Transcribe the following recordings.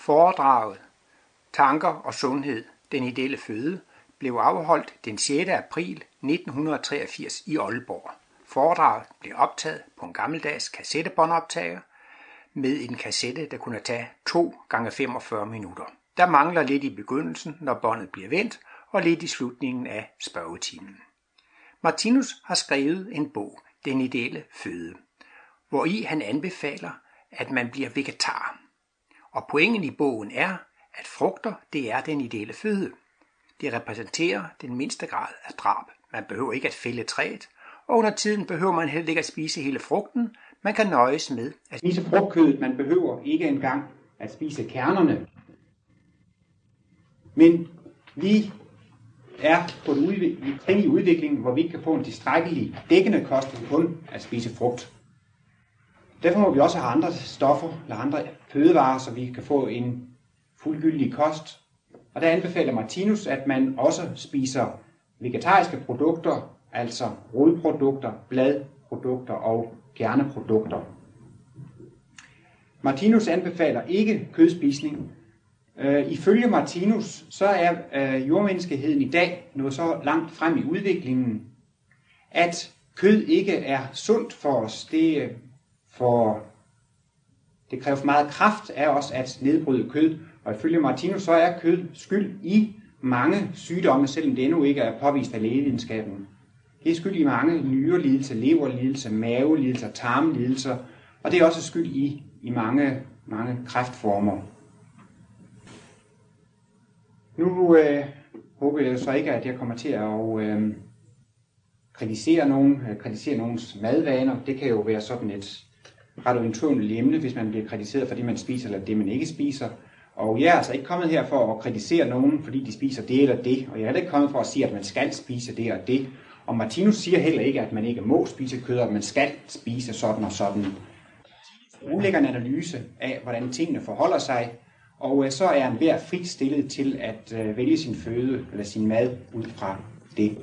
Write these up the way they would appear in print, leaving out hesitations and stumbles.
Foredraget Tanker og sundhed, den ideelle føde, blev afholdt den 6. april 1983 i Aalborg. Foredraget blev optaget på en gammeldags kassettebåndoptager med en kassette, der kunne tage 2 gange 45 minutter. Der mangler lidt i begyndelsen, når båndet bliver vendt, og lidt i slutningen af spørgetimen. Martinus har skrevet en bog, Den ideelle føde, hvori han anbefaler, at man bliver vegetar. Og pointen i bogen er, at frugter, det er den ideelle føde. Det repræsenterer den mindste grad af drab. Man behøver ikke at fælde træet, og under tiden behøver man heller ikke at spise hele frugten. Man kan nøjes med at spise frugtkødet. Man behøver ikke engang at spise kernerne. Men vi er på et trin i udviklingen, hvor vi ikke kan få en tilstrækkelig dækkende kost ved kun at spise frugt. Derfor må vi også have andre stoffer eller andre fødevarer, så vi kan få en fuldgyldig kost. Og der anbefaler Martinus, at man også spiser vegetariske produkter, altså rodprodukter, bladprodukter og kerneprodukter. Martinus anbefaler ikke kødspisning. Ifølge Martinus, så er jordmenneskeheden i dag nået så langt frem i udviklingen, at kød ikke er sundt for os. Det kræver for meget kraft af os at nedbryde kød. Og ifølge Martinus, så er kød skyld i mange sygdomme, selvom det endnu ikke er påvist af lægevidenskaben. Det er skyld i mange nyrelidelser, leverlidelser, mavelidelser, tarmlidelser, og det er også skyld i mange kræftformer. Nu håber jeg så ikke, at jeg kommer til at kritisere nogens madvaner. Det kan jo være sådan et ret uindtåeligt emne, hvis man bliver kritiseret for det, man spiser, eller det, man ikke spiser. Og jeg er altså ikke kommet her for at kritisere nogen, fordi de spiser det eller det. Og jeg er heller ikke kommet for at sige, at man skal spise det og det. Og Martinus siger heller ikke, at man ikke må spise kød, og at man skal spise sådan og sådan. Han lægger en analyse af, hvordan tingene forholder sig, og så er enhver frit stillet til at vælge sin føde eller sin mad ud fra det.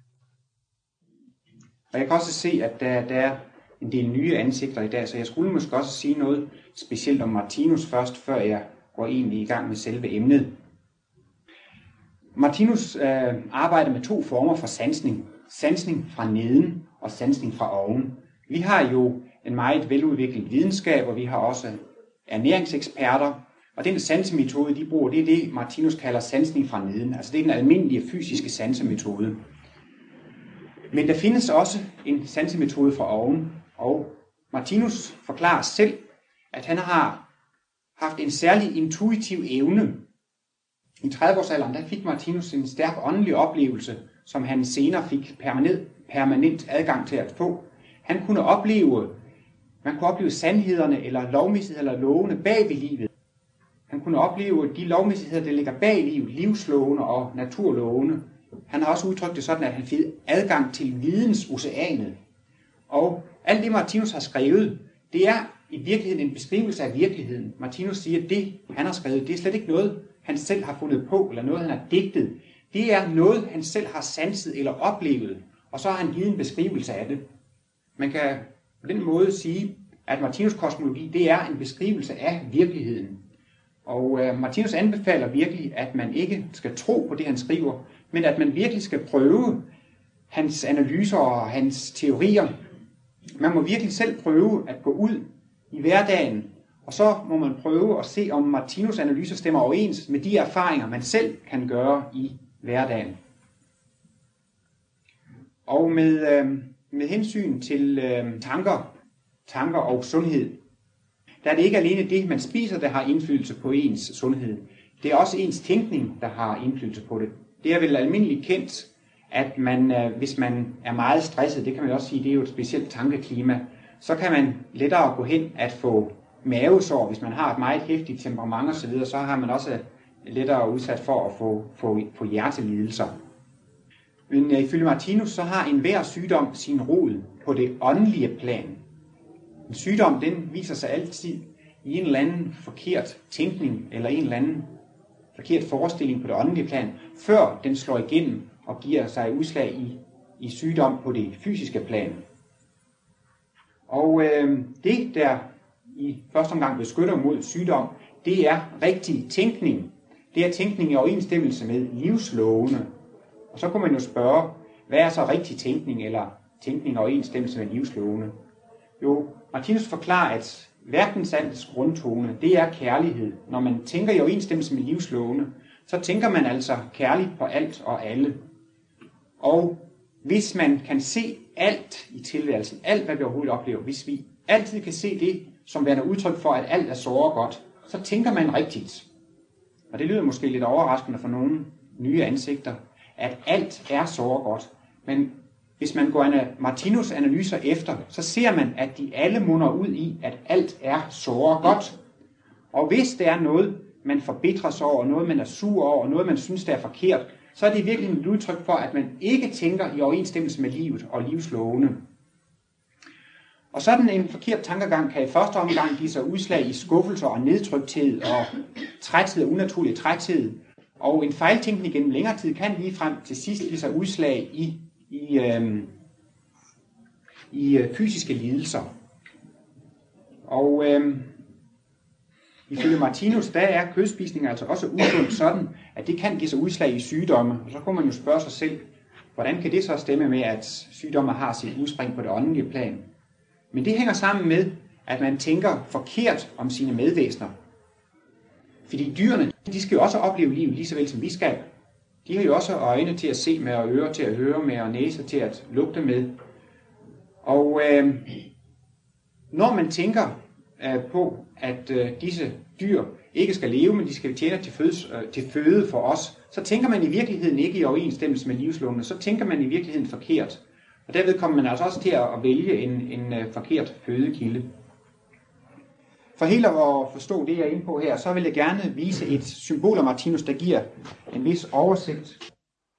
Og jeg kan også se, at der er en del nye ansigter i dag, så jeg skulle måske også sige noget specielt om Martinus først, før jeg går egentlig i gang med selve emnet. Martinus arbejder med 2 former for sansning. Sansning fra neden og sansning fra oven. Vi har jo en meget veludviklet videnskab, og vi har også ernæringseksperter. Og den sansemetode, de bruger, det er det, Martinus kalder sansning fra neden. Altså det er den almindelige fysiske sansemetode. Men der findes også en sansemetode fra oven, og Martinus forklarer selv, at han har haft en særlig intuitiv evne. I 30-årsalderen der fik Martinus en stærk åndelig oplevelse, som han senere fik permanent adgang til at få. Man kunne opleve sandhederne eller lovmæssigheder eller lovene bag ved livet. Han kunne opleve de lovmæssigheder, der ligger bag livet, livslovene og naturlovene. Han har også udtrykt det sådan, at han fik adgang til vidensoceanet. Og alt det, Martinus har skrevet, det er i virkeligheden en beskrivelse af virkeligheden. Martinus siger, at det, han har skrevet, det er slet ikke noget, han selv har fundet på, eller noget, han har digtet. Det er noget, han selv har sanset eller oplevet, og så har han givet en beskrivelse af det. Man kan på den måde sige, at Martinus kosmologi, det er en beskrivelse af virkeligheden. Og Martinus anbefaler virkelig, at man ikke skal tro på det, han skriver, men at man virkelig skal prøve hans analyser og hans teorier. Man må virkelig selv prøve at gå ud i hverdagen, og så må man prøve at se, om Martinus' analyser stemmer overens med de erfaringer, man selv kan gøre i hverdagen. Og med hensyn til tanker og sundhed, der er det ikke alene det, man spiser, der har indflydelse på ens sundhed. Det er også ens tænkning, der har indflydelse på det. Det er vel almindeligt kendt, at man, hvis man er meget stresset, det kan man også sige, det er jo et specielt tankeklima, så kan man lettere gå hen at få mavesår. Hvis man har et meget hæftigt temperament osv., så har man også lettere udsat for at få hjertelidelser. Men ifølge Martinus, så har enhver sygdom sin rod på det åndelige plan. En sygdom, den viser sig altid i en eller anden forkert tænkning, eller en eller anden forkert forestilling på det åndelige plan, før den slår igennem og giver sig udslag i sygdom på det fysiske plan. Og det, der i første omgang beskytter mod sygdom, det er rigtig tænkning. Det er tænkning i overensstemmelse med livslovene. Og så kunne man jo spørge, hvad er så rigtig tænkning, eller tænkning i overensstemmelse med livslovene? Jo, Martinus forklarer, at verdensandets grundtone, det er kærlighed. Når man tænker i overensstemmelse med livslovene, så tænker man altså kærligt på alt og alle. Og hvis man kan se alt i tilværelsen, alt hvad vi overhovedet oplever, hvis vi altid kan se det som værende udtryk for, at alt er såre godt, så tænker man rigtigt. Og det lyder måske lidt overraskende for nogle nye ansigter, at alt er såre godt. Men hvis man går Martinus' analyser efter, så ser man, at de alle munder ud i, at alt er såre godt. Og hvis der er noget, man forbitres sig over, noget man er sur over, noget man synes, der er forkert, så er det virkelig et udtryk for, at man ikke tænker i overensstemmelse med livet og livslovene. Og sådan en forkert tankegang kan i første omgang give sig udslag i skuffelser og nedtrykthed og træthed og unaturlig træthed. Og en fejltænkning gennem længere tid kan lige frem til sidst give sig udslag i fysiske lidelser. Og ifølge Martinus, der er kødspisning altså også usundt sådan, at det kan give sig udslag i sygdomme. Og så kunne man jo spørge sig selv, hvordan kan det så stemme med, at sygdomme har sit udspring på det åndelige plan? Men det hænger sammen med, at man tænker forkert om sine medvæsener. Fordi dyrene, de skal jo også opleve livet lige så vel som vi skal. De har jo også øjne til at se med, og ører til at høre med, og næser til at lugte med. Og når man tænker på, at disse dyr ikke skal leve, men de skal tjene til føde for os, så tænker man i virkeligheden ikke i overensstemmelse med livslovene, så tænker man i virkeligheden forkert. Og derved kommer man altså også til at vælge en forkert fødekilde. For helt at forstå det, jeg er inde på her, så vil jeg gerne vise et symbol af Martinus, der giver en vis oversigt.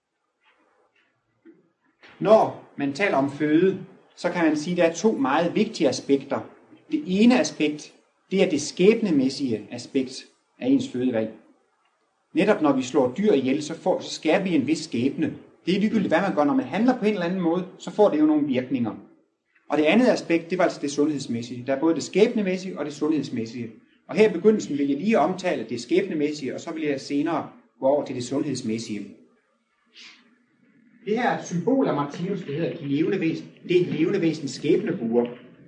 Når man taler om føde, så kan man sige, at der er to meget vigtige aspekter. Det ene aspekt, det er det skæbnemæssige aspekt af ens fødevalg. Netop når vi slår dyr ihjel, så skærer vi en vis skæbne. Det er ligegyldigt, hvad man gør. Når man handler på en eller anden måde, så får det jo nogle virkninger. Og det andet aspekt, det var altså det sundhedsmæssige. Der er både det skæbnemæssige og det sundhedsmæssige. Og her i begyndelsen vil jeg lige omtale det skæbnemæssige, og så vil jeg senere gå over til det sundhedsmæssige. Det her symbol af Martinus, det hedder det levende væsens skæbnebuer.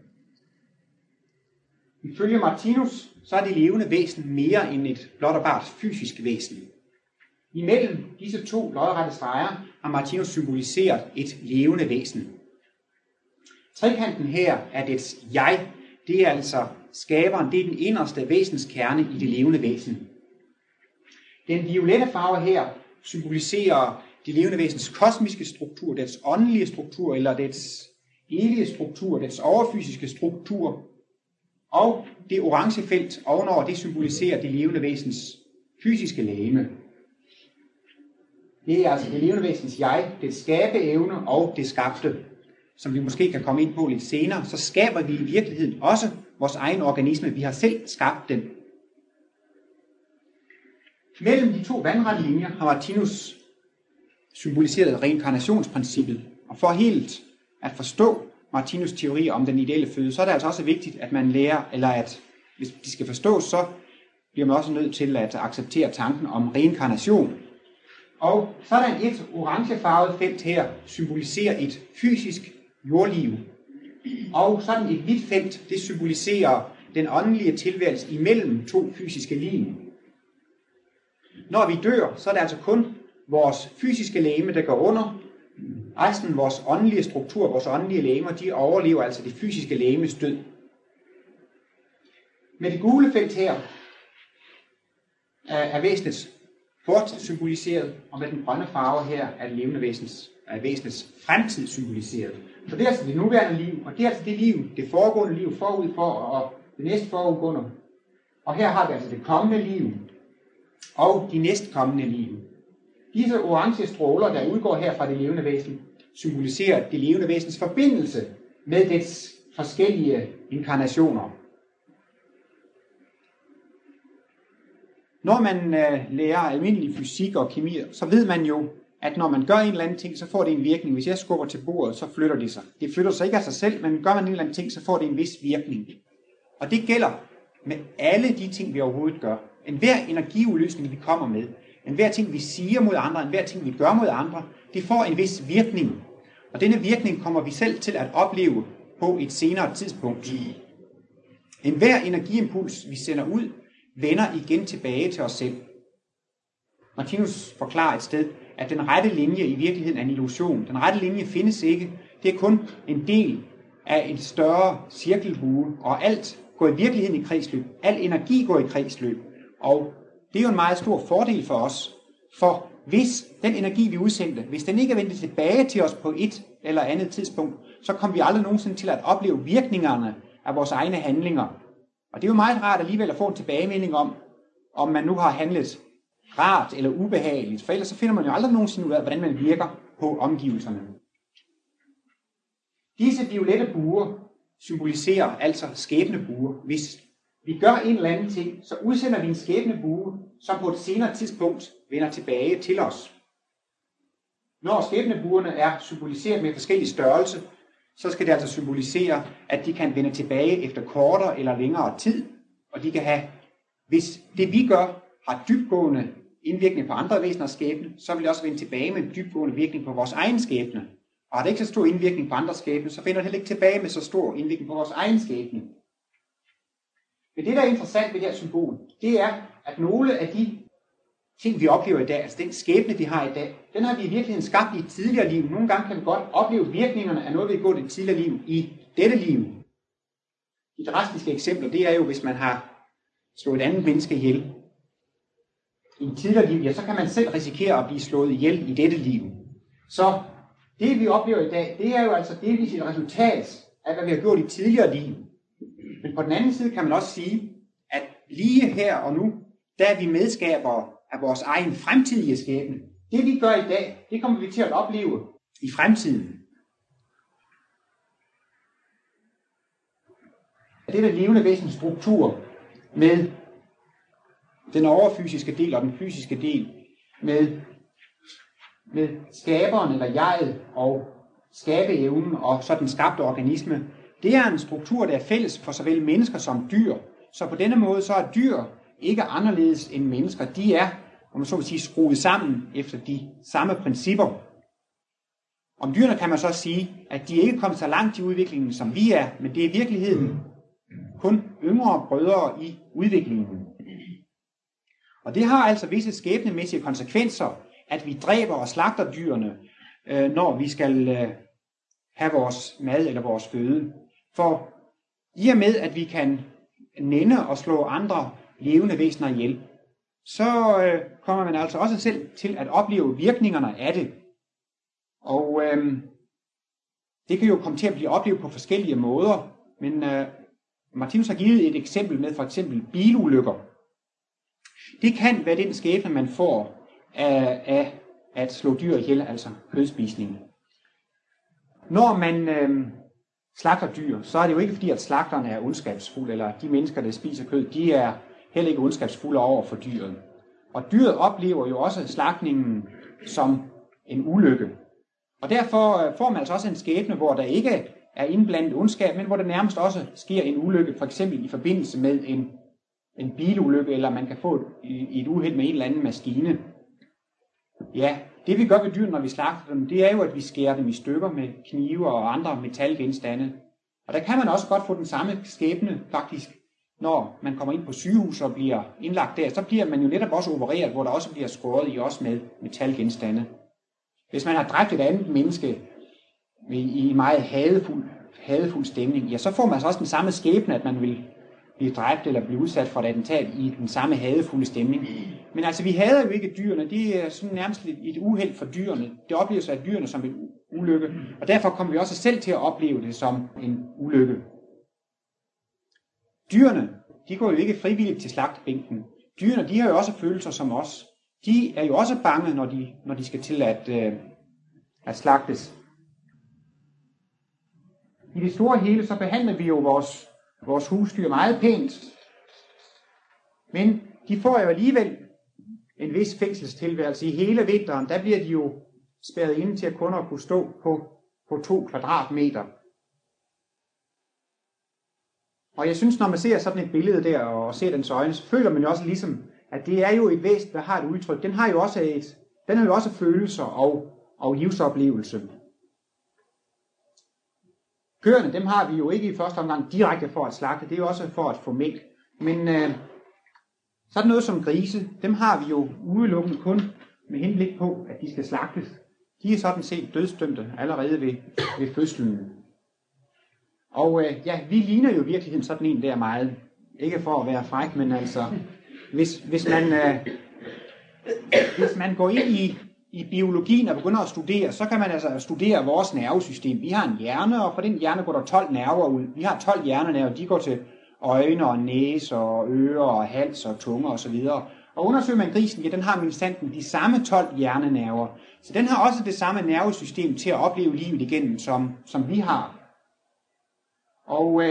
Ifølge Martinus, så er det levende væsen mere end et blot og bart fysisk væsen. Imellem disse to lodrette streger har Martinus symboliseret et levende væsen. Trekanten her er dets jeg. Det er altså skaberen, det er den inderste væsenskerne i det levende væsen. Den violette farve her symboliserer det levende væsens kosmiske struktur, dets åndelige struktur, eller dets evige struktur, dets overfysiske struktur. Og det orange felt ovenover, det symboliserer det levende væsens fysiske legeme. Det er altså det levende væsens jeg, det skabeevne og det skabte. Som vi måske kan komme ind på lidt senere, så skaber vi i virkeligheden også vores egen organisme. Vi har selv skabt den. Mellem de to vandrette linjer har Martinus symboliseret reinkarnationsprincippet. Og for helt at forstå Martinus' teori om den ideelle føde, så er det altså også vigtigt, at man lærer, eller at hvis de skal forstås, så bliver man også nødt til at acceptere tanken om reinkarnation. Og sådan et orangefarvet felt her symboliserer et fysisk jordliv. Og sådan et hvidt felt, det symboliserer den åndelige tilværelse imellem to fysiske liv. Når vi dør, så er det altså kun vores fysiske legeme, der går under. Resten, vores åndelige struktur, vores åndelige legemer, de overlever altså det fysiske legemes død. Med det gule felt her er væsenets fortid symboliseret, og med den grønne farve her er det levende væsenets fremtid symboliseret. Så det er altså det nuværende liv, og det er altså det liv, det foregående liv forud for, og det næste forudgående. Og her har vi altså det kommende liv, og de næstkommende liv. Disse orange stråler, der udgår her fra det levende væsen, symboliserer det levende væsens forbindelse med dets forskellige inkarnationer. Når man lærer almindelig fysik og kemi, så ved man jo, at når man gør en eller anden ting, så får det en virkning. Hvis jeg skubber til bordet, så flytter det sig. Det flytter sig ikke af sig selv, men gør man en eller anden ting, så får det en vis virkning. Og det gælder med alle de ting, vi overhovedet gør. Enhver energiudløsning, vi kommer med, enhver ting, vi siger mod andre, enhver ting, vi gør mod andre, det får en vis virkning. Og denne virkning kommer vi selv til at opleve på et senere tidspunkt. Enhver energiimpuls, vi sender ud, vender igen tilbage til os selv. Martinus forklarer et sted, at den rette linje i virkeligheden er en illusion. Den rette linje findes ikke. Det er kun en del af en større cirkelbue, og alt går i virkeligheden i kredsløb. Al energi går i kredsløb. Og det er jo en meget stor fordel for os. For hvis den energi, vi udsendte, hvis den ikke er vendt tilbage til os på et eller andet tidspunkt, så kommer vi aldrig nogensinde til at opleve virkningerne af vores egne handlinger. Og det er jo meget rart alligevel at få en tilbagemelding om man nu har handlet rart eller ubehageligt. For ellers så finder man jo aldrig nogensinde ud af, hvordan man virker på omgivelserne. Disse violette buer symboliserer altså skæbnebuer. Hvis vi gør en eller anden ting, så udsender vi en skæbnebue, som på et senere tidspunkt vender tilbage til os. Når skæbnebuerne er symboliseret med forskellige størrelse, så skal det altså symbolisere, at de kan vende tilbage efter kortere eller længere tid, og de kan have, hvis det vi gør har dybtgående indvirkning på andre væseners skæbne, så vil det også vende tilbage med en dybtgående virkning på vores egen skæbne. Og har det ikke så stor indvirkning på andres skæbne, så vender det heller ikke tilbage med så stor indvirkning på vores egen skæbne. Men det, der er interessant ved det her symbol, det er, at nogle af de ting, vi oplever i dag, altså den skæbne, vi har i dag, den har vi i virkeligheden skabt i et tidligere liv. Nogle gange kan vi godt opleve virkningerne af noget, vi har gjort i et tidligere liv i dette liv. De drastiske eksempler, det er jo, hvis man har slået et andet menneske ihjel i et tidligere liv, ja, så kan man selv risikere at blive slået ihjel i dette liv. Så det, vi oplever i dag, det er jo altså delvis et resultat af, hvad vi har gjort i tidligere liv. Men på den anden side kan man også sige, at lige her og nu, der er vi medskabere af vores egen fremtidige skæbne. Det vi gør i dag, det kommer vi til at opleve i fremtiden. Det der levende væsens struktur med den overfysiske del og den fysiske del, med skaberen eller jeget og skabeevnen og så den skabte organisme, det er en struktur, der er fælles for såvel mennesker som dyr. Så på denne måde så er dyr ikke anderledes end mennesker. De er, om man så vil sige, skruet sammen efter de samme principper. Om dyrene kan man så sige, at de ikke er kommet så langt i udviklingen, som vi er, men det er i virkeligheden kun yngre brødre i udviklingen. Og det har altså visse skæbnemæssige konsekvenser, at vi dræber og slagter dyrene, når vi skal have vores mad eller vores føde. For i og med, at vi kan nænde og slå andre levende væsener ihjel, så kommer man altså også selv til at opleve virkningerne af det. Og det kan jo komme til at blive oplevet på forskellige måder, men Martinus har givet et eksempel med for eksempel bilulykker. Det kan være den skæbne, man får af at slå dyr ihjel, altså kødspisning. Når man slagter dyr, så er det jo ikke fordi, at slagterne er ondskabsfulde, eller de mennesker, der spiser kød, de er heller ikke ondskabsfulde over for dyret. Og dyret oplever jo også slagtningen som en ulykke. Og derfor får man altså også en skæbne, hvor der ikke er indblandet ondskab, men hvor der nærmest også sker en ulykke, for eksempel i forbindelse med en bilulykke, eller man kan få et uheld med en eller anden maskine. Ja, det vi gør ved dyr, når vi slagter dem, det er jo, at vi skærer dem i stykker med knive og andre metalgenstande. Og der kan man også godt få den samme skæbne, faktisk, når man kommer ind på sygehus og bliver indlagt der, så bliver man jo netop også opereret, hvor der også bliver skåret i os med metalgenstande. Hvis man har dræbt et andet menneske i meget hadefuld stemning, ja, så får man altså også den samme skæbne, at man vil blive dræbt eller blive udsat for et attentat i den samme hadefulde stemning. Men altså, vi hader jo ikke dyrene. Det er sådan nærmest et uheld for dyrene. Det opleves af dyrene som en ulykke, og derfor kommer vi også selv til at opleve det som en ulykke. Dyrene, de går jo ikke frivilligt til slagtebænken. Dyrene, de har jo også følelser som os. De er jo også bange, når de skal til at slagtes. I det store hele, så behandler vi jo vores husdyr meget pænt. Men de får jo alligevel en vis fængselstilværelse. I hele vinteren, der bliver de jo spærret inde til at kun at kunne stå på 2 kvadratmeter. Og jeg synes, når man ser sådan et billede der, og ser dens øjne, så føler man jo også ligesom, at det er jo et væsen, der har et udtryk. Den har jo også følelser og livsoplevelse. Køerne, dem har vi jo ikke i første omgang direkte for at slagte, det er jo også for at få mælk. Men sådan noget som grise, dem har vi jo udelukkende kun med henblik på, at de skal slagtes. De er sådan set dødsdømte allerede ved fødslen. Og vi ligner jo i virkeligheden sådan en der meget. Ikke for at være fræk, men altså, hvis man går ind i biologien og begynder at studere, så kan man altså studere vores nervesystem. Vi har en hjerne, og fra den hjerne går der 12 nerver ud. Vi har 12 hjernenerver, de går til øjne og næse og ører og hals og tunge osv. Og undersøger man grisen, ja, den har minsandten de samme 12 hjernenerver. Så den har også det samme nervesystem til at opleve livet igennem, som vi har. Og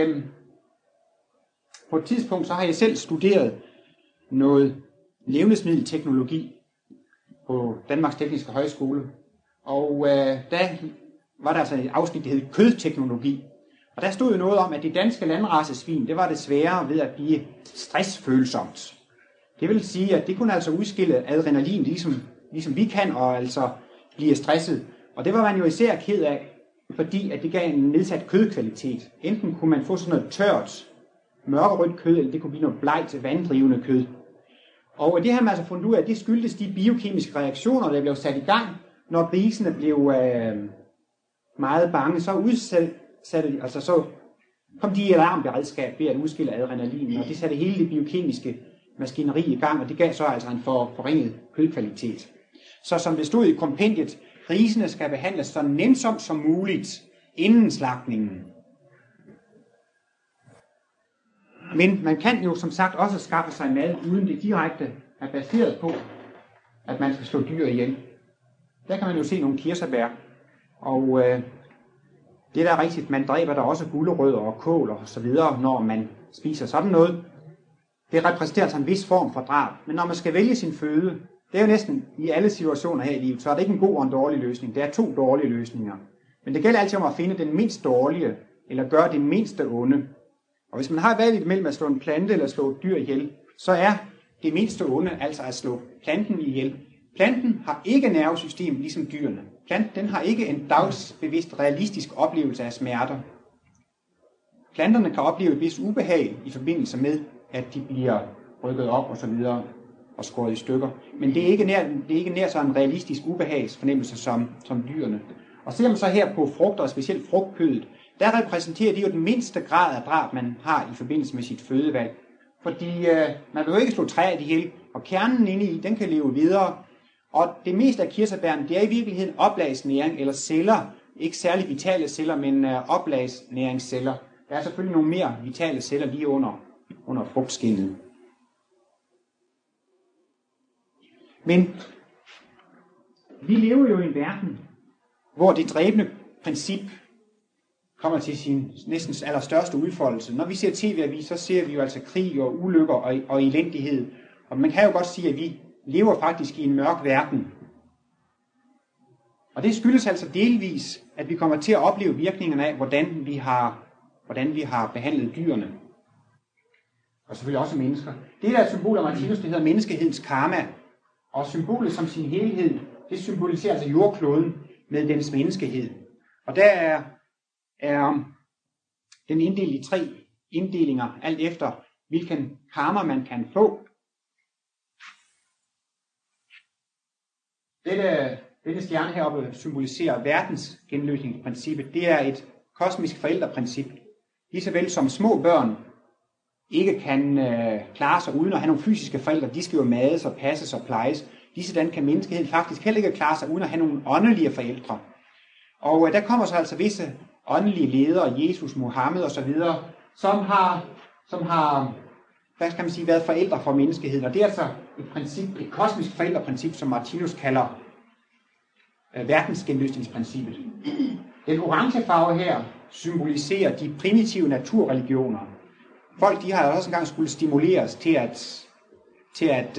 på et tidspunkt, så har jeg selv studeret noget levnedsmiddelteknologi på Danmarks Tekniske Højskole. Og der var der altså et afsnit, der hed kødteknologi. Og der stod jo noget om, at det danske landracesvin, det var det sværere ved at blive stressfølsomt. Det vil sige, at det kunne altså udskille adrenalin, ligesom vi kan, og altså blive stresset. Og det var man jo især ked af, fordi at det gav en nedsat kødkvalitet. Enten kunne man få sådan noget tørt, mørkerødt kød, eller det kunne blive noget blegt, vanddrivende kød. Og det har man altså fundet ud af, at det skyldtes de biokemiske reaktioner, der blev sat i gang, når grisene blev meget bange. Så kom de i alarmberedskab ved at udskille adrenalin, og det satte hele det biokemiske maskineri i gang, og det gav så altså en forringet kødkvalitet. Så som det stod i kompendiet, grisene skal behandles så nænsomt som muligt inden slagtningen. Men man kan jo som sagt også skaffe sig mad, uden det direkte er baseret på, at man skal slå dyr ihjel. Der kan man jo se nogle kirsebær, og det der er rigtigt, man dræber der også gulerødder og kål og så videre, når man spiser sådan noget. Det repræsenterer altså en vis form for drab. Men når man skal vælge sin føde, det er jo næsten i alle situationer her i livet, så er det ikke en god og en dårlig løsning. Det er 2 dårlige løsninger. Men det gælder altid om at finde den mindst dårlige, eller gøre det mindste onde. Og hvis man har valget mellem at slå en plante eller slå et dyr ihjel, så er det mindste onde altså at slå planten ihjel. Planten har ikke nervesystem ligesom dyrene. Planten den har ikke en dagsbevidst realistisk oplevelse af smerter. Planterne kan opleve et vist ubehag i forbindelse med, at de bliver rykket op og så videre og skåret i stykker. Men det er ikke nær så en realistisk ubehagsfornemmelse som dyrene. Og ser man så her på frugter, og specielt frugtkødet, der repræsenterer det jo den mindste grad af drab, man har i forbindelse med sit fødevalg. Fordi man vil jo ikke slå træet ihjel, og kernen inde i, den kan leve videre. Og det meste af kirsebæren, det er i virkeligheden oplagsnæring, eller celler, ikke særlig vitale celler, men oplagsnæringsceller. Der er selvfølgelig nogle mere vitale celler lige under frugtskindet. Men vi lever jo i en verden, hvor det dræbende princip kommer til sin næsten allerstørste udfoldelse. Når vi ser tv-avis, så ser vi jo altså krig og ulykker og elendighed. Og man kan jo godt sige, at vi lever faktisk i en mørk verden. Og det skyldes altså delvis, at vi kommer til at opleve virkningerne af, hvordan vi har behandlet dyrene. Og selvfølgelig også mennesker. Det der er et symbol af Martinus, det hedder menneskehedens karma. Og symbolet som sin helhed, det symboliserer altså jordkloden med dens menneskehed. Og der er den inddelt i 3 inddelinger, alt efter hvilken karma man kan få. Denne stjerne heroppe symboliserer verdensgenløsningsprincippet. Det er et kosmisk forældreprincip. Ligesåvel som små børn ikke kan klare sig uden at have nogle fysiske forældre, de skal jo mades og passes og plejes. Ligesådan kan menneskeheden faktisk heller ikke klare sig uden at have nogle åndelige forældre. Og der kommer så altså visse åndelige ledere, Jesus, Mohammed osv., som har hvad skal man sige, været forældre for menneskeheden. Og det er altså et kosmisk forældreprincip, som Martinus kalder verdensgenløsningsprincippet. Den orange farve her symboliserer de primitive naturreligioner. Folk, de har også engang skulle stimuleres til at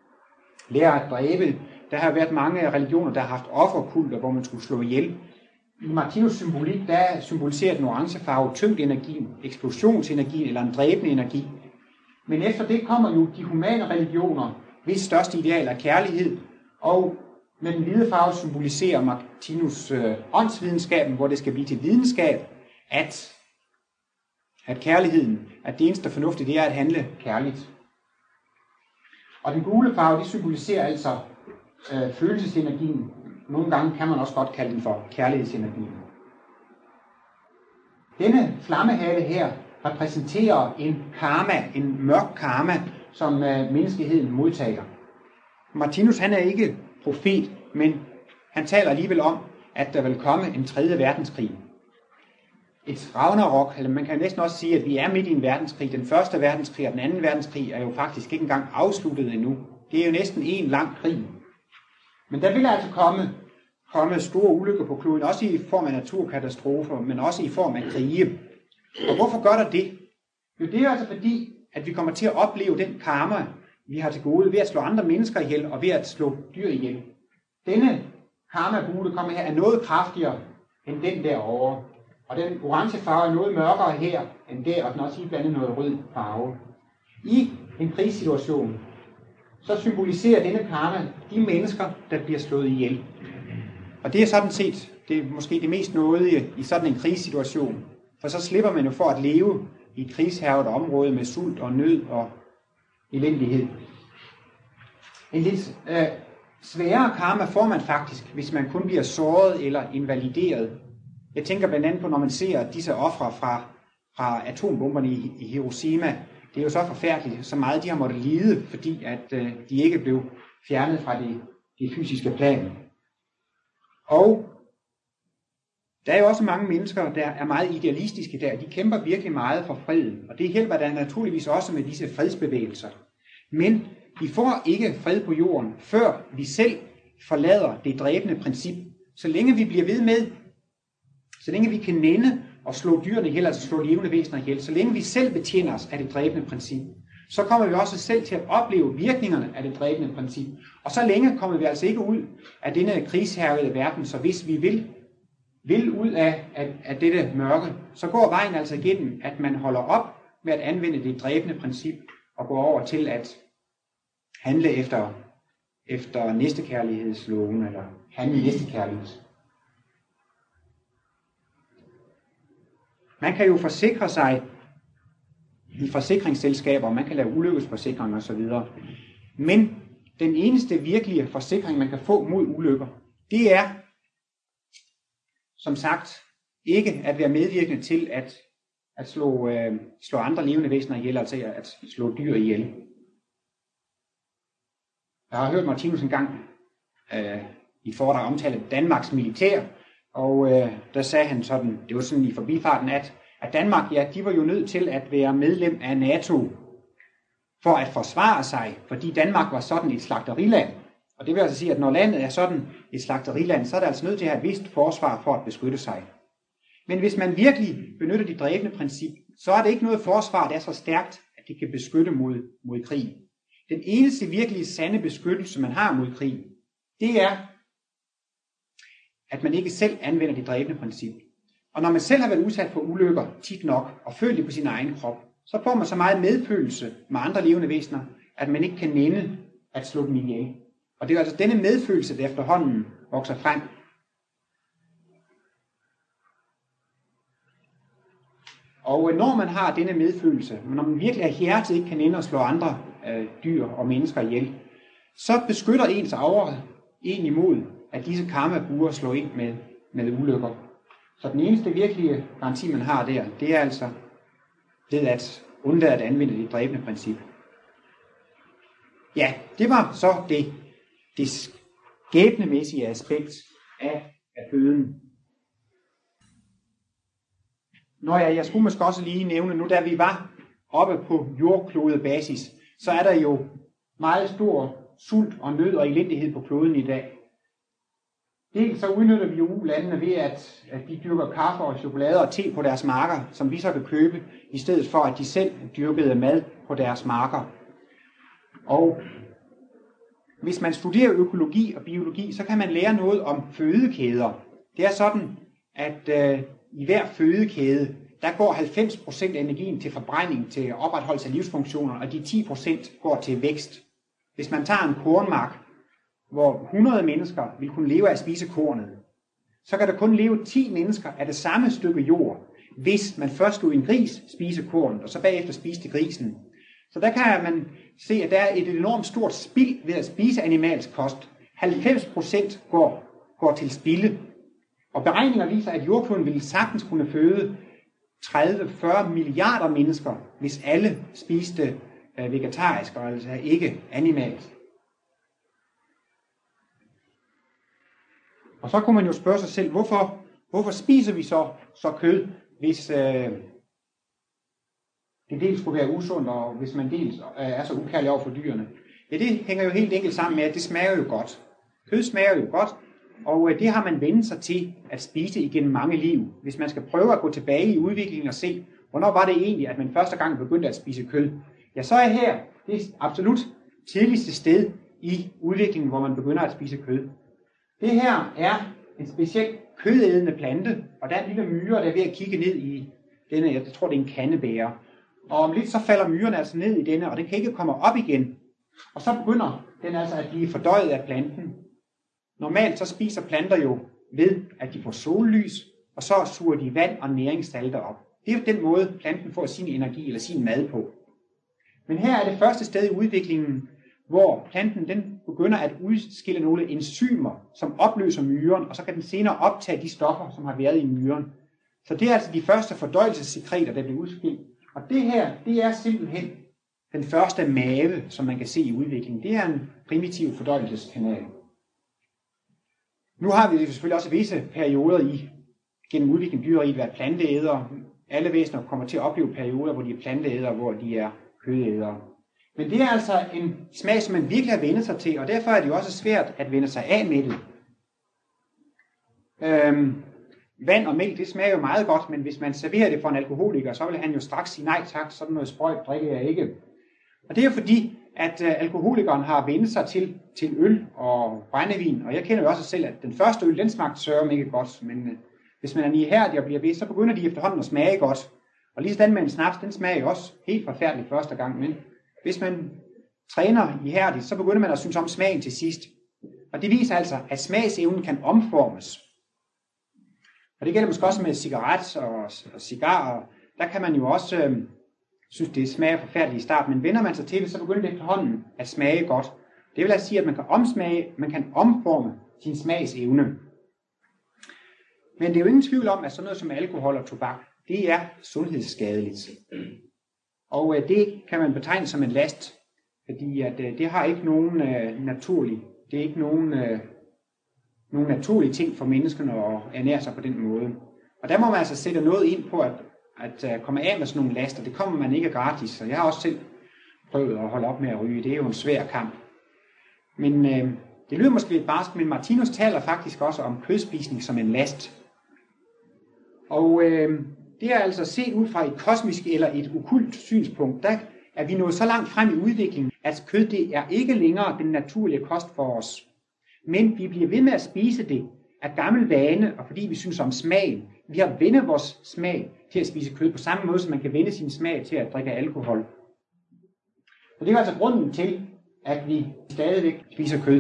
lære at dræbe. Der har været mange religioner, der har haft offerkulter, hvor man skulle slå ihjel. I Martinus symbolik, der symboliserer den orange farve tyngdenergien, eksplosionsenergien eller en dræbende energi. Men efter det kommer jo de humane religioner, hvis største ideal er kærlighed, og med den hvide farve symboliserer Martinus åndsvidenskaben, hvor det skal blive til videnskab, at kærligheden, at det eneste fornuftige, det er at handle kærligt. Og den gule farve, det symboliserer altså følelsesenergien. Nogle gange kan man også godt kalde den for kærlighedsenergien. Denne flammehale her repræsenterer en karma, en mørk karma, som menneskeheden modtager. Martinus, han er ikke profet, men han taler alligevel om, at der vil komme en 3. verdenskrig. Et Ragnarok, eller man kan næsten også sige, at vi er midt i en verdenskrig. Den 1. verdenskrig og den 2. verdenskrig er jo faktisk ikke engang afsluttet endnu. Det er jo næsten en lang krig. Men der vil altså komme store ulykker på kloden, også i form af naturkatastrofer, men også i form af krige. Og hvorfor gør der det? Jo, det er altså fordi, at vi kommer til at opleve den karma, vi har til gode ved at slå andre mennesker ihjel og ved at slå dyr ihjel. Denne karma-bue, der kommer her, er noget kraftigere end den derovre. Og den orange farve er noget mørkere her end der, og den også iblandet noget rød farve. I en krigssituation, så symboliserer denne karma de mennesker, der bliver slået ihjel. Og det er sådan set, det er måske det mest nådige i sådan en krigssituation. For så slipper man jo for at leve i et krigshærget område med sult og nød og elendighed. En lidt sværere karma får man faktisk, hvis man kun bliver såret eller invalideret. Jeg tænker blandt andet på, når man ser disse ofre fra atombomberne i Hiroshima. Det er jo så forfærdeligt, så meget de har måttet lide, fordi at de ikke blev fjernet fra det fysiske plan. Og der er jo også mange mennesker, der er meget idealistiske der. De kæmper virkelig meget for freden, og det hjælper der naturligvis også med disse fredsbevægelser. Men vi får ikke fred på jorden, før vi selv forlader det dræbende princip. Så længe vi bliver ved med, så længe vi kan nænde og slå dyrene ihjel, altså slå levende væsener ihjel, så længe vi selv betjener os af det dræbende princip, så kommer vi også selv til at opleve virkningerne af det dræbende princip. Og så længe kommer vi altså ikke ud af denne krigshærgede verden, så hvis vi vil ud af dette mørke, så går vejen altså igennem, at man holder op med at anvende det dræbende princip og går over til at handle efter næstekærlighedsloven eller handle næstekærlighed. Man kan jo forsikre sig i forsikringsselskaber, man kan lave ulykkesforsikringer osv. Men den eneste virkelige forsikring, man kan få mod ulykker, det er, som sagt, ikke at være medvirkende til at slå andre levende væsener ihjel, altså at slå dyr ihjel. Jeg har hørt Martinus engang i foredrag omtale Danmarks militær, og der sagde han sådan, det var sådan i forbifarten, at Danmark, ja, de var jo nødt til at være medlem af NATO for at forsvare sig, fordi Danmark var sådan et slagteriland. Og det vil altså sige, at når landet er sådan et slagteriland, så er det altså nødt til at have et vist forsvar for at beskytte sig. Men hvis man virkelig benytter det dræbende princip, så er det ikke noget forsvar, der er så stærkt, at det kan beskytte mod krig. Den eneste virkelig sande beskyttelse, man har mod krig, det er, at man ikke selv anvender det dræbende princip. Og når man selv har været udsat for ulykker tit nok, og følt det på sin egen krop, så får man så meget medfølelse med andre levende væsener, at man ikke kan nænde at slå dem ihjel. Og det er altså denne medfølelse, der efterhånden vokser frem. Og når man har denne medfølelse, når man virkelig af hjertet ikke kan nænde at slå andre dyr og mennesker ihjel, så beskytter ens aura en imod, at disse karma-buer slår ind med ulykker. Så den eneste virkelige garanti, man har der, det er altså ved at undlade at anvende det dræbende princip. Ja, det var så det skæbnemæssige aspekt af føden. Jeg skulle måske også lige nævne, nu da vi var oppe på jordklodebasis, så er der jo meget stor sult og nød og elendighed på kloden i dag. Dels så udnytter vi jo ulandene ved, at de dyrker kaffe og chokolade og te på deres marker, som vi så kan købe, i stedet for at de selv dyrkede mad på deres marker. Og hvis man studerer økologi og biologi, så kan man lære noget om fødekæder. Det er sådan, at i hver fødekæde, der går 90% af energien til forbrænding, til opretholdelse af livsfunktioner, og de 10% går til vækst. Hvis man tager en kornmark, hvor 100 mennesker vil kunne leve af at spise kornet, så kan der kun leve 10 mennesker af det samme stykke jord, hvis man først lod en gris spise kornet, og så bagefter spiste grisen. Så der kan man se, at der er et enormt stort spild ved at spise animalsk kost. 90% går til spilde. Og beregninger viser, at jordkloden ville sagtens kunne føde 30-40 milliarder mennesker, hvis alle spiste vegetarisk og altså ikke animalsk. Og så kunne man jo spørge sig selv, hvorfor spiser vi så kød, hvis det dels skulle være usundt, og hvis man dels er så ukærlig over for dyrene? Ja, det hænger jo helt enkelt sammen med, at det smager jo godt. Kød smager jo godt, og det har man vendt sig til at spise igennem mange liv. Hvis man skal prøve at gå tilbage i udviklingen og se, hvornår var det egentlig, at man første gang begyndte at spise kød, ja, så er her det absolut tidligste sted i udviklingen, hvor man begynder at spise kød. Det her er en speciel kødædende plante, og der er en lille myre, der er ved at kigge ned i denne, jeg tror det er en kandebæger. Og om lidt så falder myren altså ned i denne, og den kan ikke komme op igen. Og så begynder den altså at blive fordøjet af planten. Normalt så spiser planter jo ved, at de får sollys, og så suger de vand og næringssalte op. Det er jo den måde, planten får sin energi eller sin mad på. Men her er det første sted i udviklingen, hvor planten den begynder at udskille nogle enzymer, som opløser myren, og så kan den senere optage de stoffer, som har været i myren. Så det er altså de første fordøjelsessekreter, der bliver udskilt. Og det her, det er simpelthen den første mave, som man kan se i udviklingen. Det er en primitiv fordøjelseskanal. Nu har vi selvfølgelig også visse perioder gennem udviklingen dyreriget været planteædere. Alle væsener kommer til at opleve perioder, hvor de er planteædere, hvor de er kødædere. Men det er altså en smag, som man virkelig har vendt sig til, og derfor er det jo også svært at vende sig af med det. Vand og mælk, det smager jo meget godt, men hvis man serverer det for en alkoholiker, så vil han jo straks sige nej tak, sådan noget sprøjt drikker jeg ikke. Og det er jo fordi, at alkoholikeren har vendt sig til øl og brændevin, og jeg kender jo også selv, at den første øl, den smagte sørme ikke godt, men hvis man er ihærdig og bliver ved, så begynder de efterhånden at smage godt. Og lige sådan med en snaps, den smager jo også helt forfærdeligt første gang, men hvis man træner ihærdigt, så begynder man at synes om smagen til sidst. Og det viser altså, at smagsevnen kan omformes. Og det gælder måske også med cigaret og cigarer. Der kan man jo også synes, det smager forfærdeligt i starten, men vender man sig til det, så begynder det efterhånden at smage godt. Det vil altså sige, at man kan omforme sin smagsevne. Men det er jo ingen tvivl om, at sådan noget som alkohol og tobak, det er sundhedsskadeligt. Og det kan man betegne som en last, fordi at det har ikke nogen det er ikke nogen naturlige ting for menneskene at ernære sig på den måde. Og der må man altså sætte noget ind på at komme af med sådan nogle laster. Det kommer man ikke gratis, så jeg har også selv prøvet at holde op med at ryge. Det er jo en svær kamp. Men det lyder måske lidt barsk, men Martinus taler faktisk også om kødspisning som en last. Og det er altså set ud fra et kosmisk eller et okkult synspunkt, der er vi nået så langt frem i udviklingen, at kød det er ikke længere den naturlige kost for os. Men vi bliver ved med at spise det af gammel vane, og fordi vi synes om smagen. Vi har vendt vores smag til at spise kød på samme måde, som man kan vende sin smag til at drikke alkohol. Så det er altså grunden til, at vi stadigvæk spiser kød.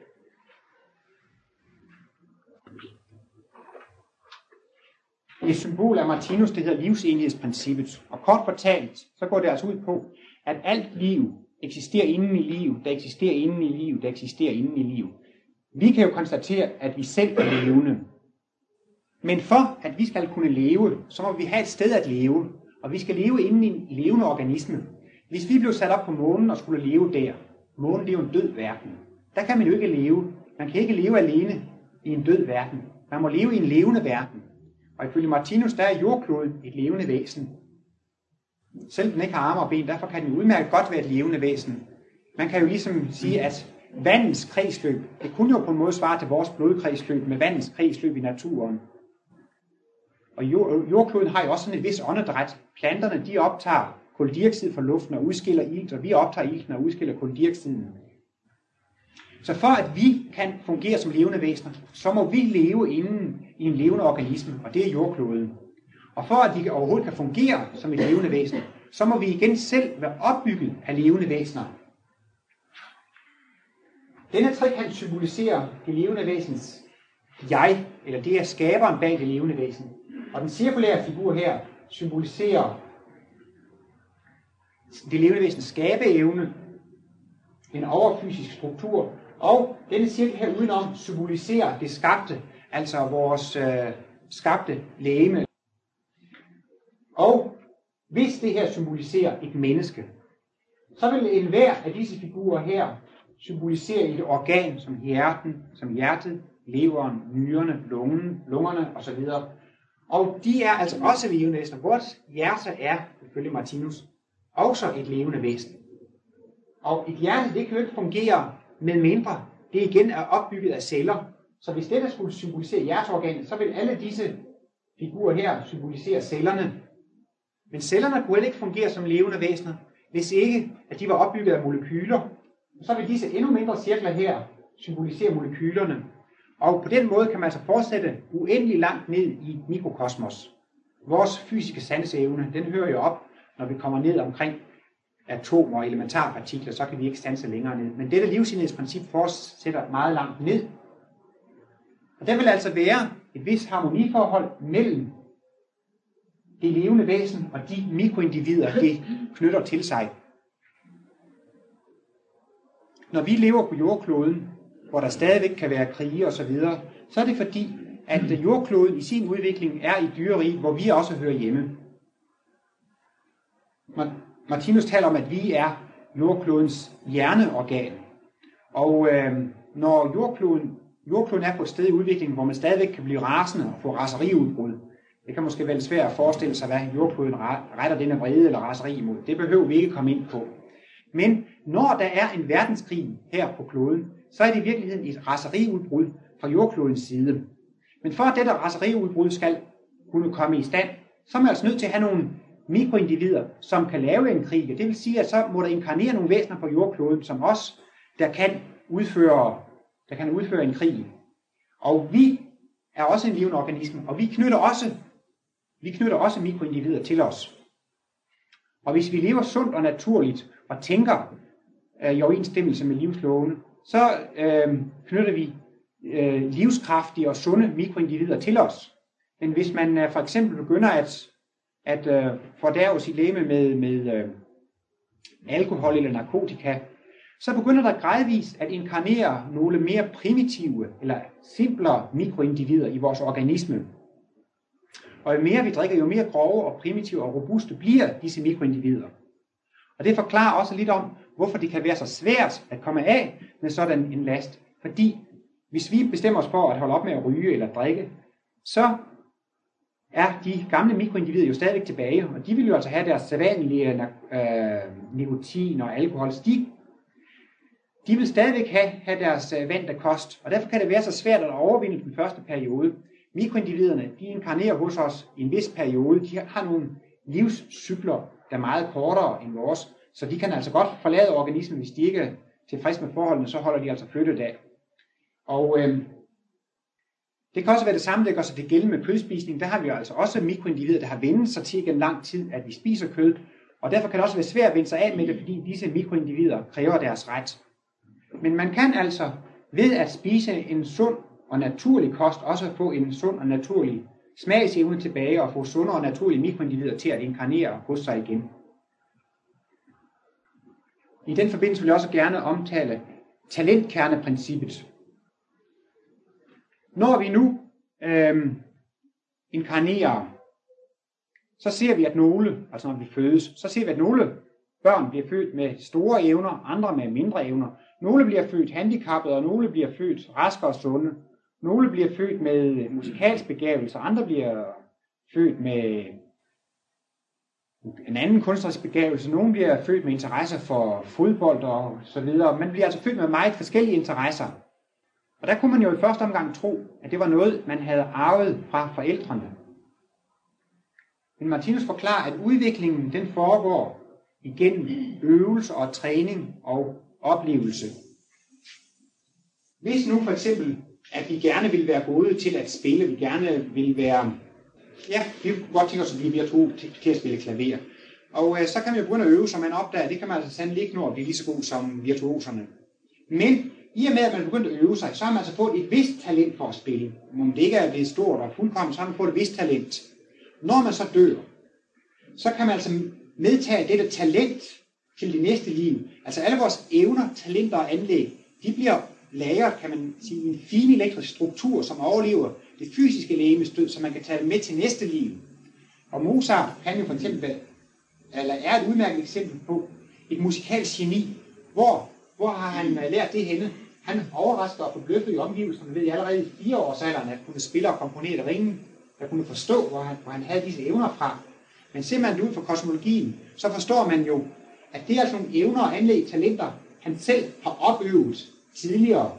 Et symbol af Martinus, det hedder livsenhedsprincippet. Og kort fortalt, så går det altså ud på, at alt liv eksisterer inden i liv, der eksisterer inden i liv, der eksisterer inden i liv. Vi kan jo konstatere, at vi selv er levende. Men for at vi skal kunne leve, så må vi have et sted at leve. Og vi skal leve inden i en levende organisme. Hvis vi blev sat op på månen og skulle leve der, månen det er jo en død verden. Der kan man jo ikke leve. Man kan ikke leve alene i en død verden. Man må leve i en levende verden. Og ifølge Martinus, der er jordkloden et levende væsen. Selv den ikke har arme og ben, derfor kan den udmærket godt være et levende væsen. Man kan jo ligesom sige, at vandets kredsløb, det kunne jo på en måde svare til vores blodkredsløb med vandets kredsløb i naturen. Og jordkloden har jo også sådan et vis åndedræt. Planterne, de optager kuldioxid fra luften og udskiller ilt, og vi optager ilten og udskiller kuldioxiden. Så for at vi kan fungere som levende væsener, så må vi leve inden i en levende organisme, og det er jordkloden. Og for at vi overhovedet kan fungere som et levende væsen, så må vi igen selv være opbygget af levende væsener. Denne trekant symboliserer det levende væsens jeg, eller det er skaberen bag det levende væsen. Og den cirkulære figur her symboliserer det levende væsens skabeevne, en overfysisk struktur, og denne cirkel her udenom symboliserer det skabte, altså vores skabte legeme. Og hvis det her symboliserer et menneske, så vil enhver af disse figurer her symbolisere et organ som hjertet, leveren, nyrerne, lungerne osv. Og de er altså også levende væsener. Vores hjerte er, ifølge Martinus, også et levende væsen. Og et hjerte, det kan jo ikke fungere med mindre. Det igen er opbygget af celler. Så hvis det der skulle symbolisere hjerteorganet, så vil alle disse figurer her symbolisere cellerne. Men cellerne kunne ikke fungere som levende væsener, hvis ikke at de var opbygget af molekyler. Så vil disse endnu mindre cirkler her symbolisere molekylerne. Og på den måde kan man altså fortsætte uendelig langt ned i mikrokosmos. Vores fysiske sanseevne, den hører jo op, når vi kommer ned omkring atomer og elementarpartikler, så kan vi ikke sanse længere ned. Men dette livsenhedsprincip fortsætter meget langt ned. Og der vil altså være et vist harmoniforhold mellem det levende væsen og de mikroindivider, det knytter til sig. Når vi lever på jordkloden, hvor der stadigvæk kan være krige osv., så er det fordi, at jordkloden i sin udvikling er i dyreriget, hvor vi også hører hjemme. Martinus taler om, at vi er jordklodens hjerneorgan. Og når jordkloden er på et sted i udviklingen, hvor man stadigvæk kan blive rasende og få raseriudbrud, det kan måske være svært at forestille sig, hvad jordkloden retter denne vrede eller raseri imod. Det behøver vi ikke komme ind på. Men når der er en verdenskrig her på kloden, så er det i virkeligheden et raseriudbrud fra jordklodens side. Men for at dette raseriudbrud skal kunne komme i stand, så er man altså nødt til at have nogle mikroindivider, som kan lave en krig. Det vil sige, at så må der inkarnere nogle væsener på jordkloden, som os, der kan udføre en krig. Og vi er også en levende organisme, og vi knytter også mikroindivider til os. Og hvis vi lever sundt og naturligt og tænker i overensstemmelse med livslovene, så knytter vi livskraftige og sunde mikroindivider til os. Men hvis man for eksempel begynder at fordærve sit legeme med alkohol eller narkotika, så begynder der gradvist at inkarnere nogle mere primitive eller simplere mikroindivider i vores organisme. Og jo mere vi drikker, jo mere grove og primitive og robuste bliver disse mikroindivider. Og det forklarer også lidt om, hvorfor det kan være så svært at komme af med sådan en last. Fordi hvis vi bestemmer os for at holde op med at ryge eller drikke, så er de gamle mikroindivider jo stadigvæk tilbage, og de vil jo altså have deres sædvanlige nikotin og alkohol. De vil stadigvæk have deres vante kost, og derfor kan det være så svært at overvinde den første periode. Mikroindividerne, de inkarnerer hos os i en vis periode. De har nogle livscykler, der er meget kortere end vores, så de kan altså godt forlade organismen, hvis de ikke er tilfredse med forholdene, så holder de altså flyttet af. Og det kan også være det samme, der gør sig det gældende med kødspisning. Der har vi jo altså også mikroindivider, der har vendt sig til gennem lang tid, at vi spiser kød, og derfor kan det også være svært at vende sig af med det, fordi disse mikroindivider kræver deres ret. Men man kan altså ved at spise en sund og naturlig kost også få en sund og naturlig smagsevne tilbage og få sunde og naturlige mikroindivider til at inkarnere hos sig igen. I den forbindelse vil jeg også gerne omtale talentkerneprincippet. Når vi nu inkarnerer, så ser vi, at når vi fødes, så ser vi, at nogle børn bliver født med store evner, andre med mindre evner. Nogle bliver født handicappede, og nogle bliver født raske og sunde. Nogle bliver født med musikalsk begavelse, andre bliver født med en anden kunstnerisk begavelse. Nogle bliver født med interesse for fodbold og så videre. Man bliver altså født med meget forskellige interesser. Og der kunne man jo i første omgang tro, at det var noget, man havde arvet fra forældrene. Men Martinus forklarer, at udviklingen den foregår igennem øvelse og træning og oplevelse. Hvis nu for eksempel, at vi gerne vil være gode til at spille, vi gerne vil være, ja, vi kunne godt tænke os at blive virtuose til at spille klaver. Og så kan man jo begynde at øve, så man opdager, at det kan man altså sandelig ikke nå at blive lige så god som virtuoserne. Men i og med, at man begynder at øve sig, så har man altså fået et vist talent for at spille. Om det ikke er det stort og fuldkommen, så har man fået et vist talent. Når man så dør, så kan man altså medtage dette talent til det næste liv. Altså alle vores evner, talenter og anlæg, de bliver lagret, kan man sige, i en fin elektrisk struktur, som overlever det fysiske legemes død, så man kan tage det med til næste liv. Og Mozart kan jo for eksempel, eller er et udmærket eksempel på et musikalsk geni. Hvor har han lært det henne? Han overrasker og forbløffede i omgivelserne ved allerede i 4-årsalderen at kunne spille og komponere det ringen, at kunne forstå, hvor han havde disse evner fra. Men ser man det ud fra kosmologien, så forstår man jo, at det er altså nogle evner og anlæg, talenter, han selv har opøvet tidligere.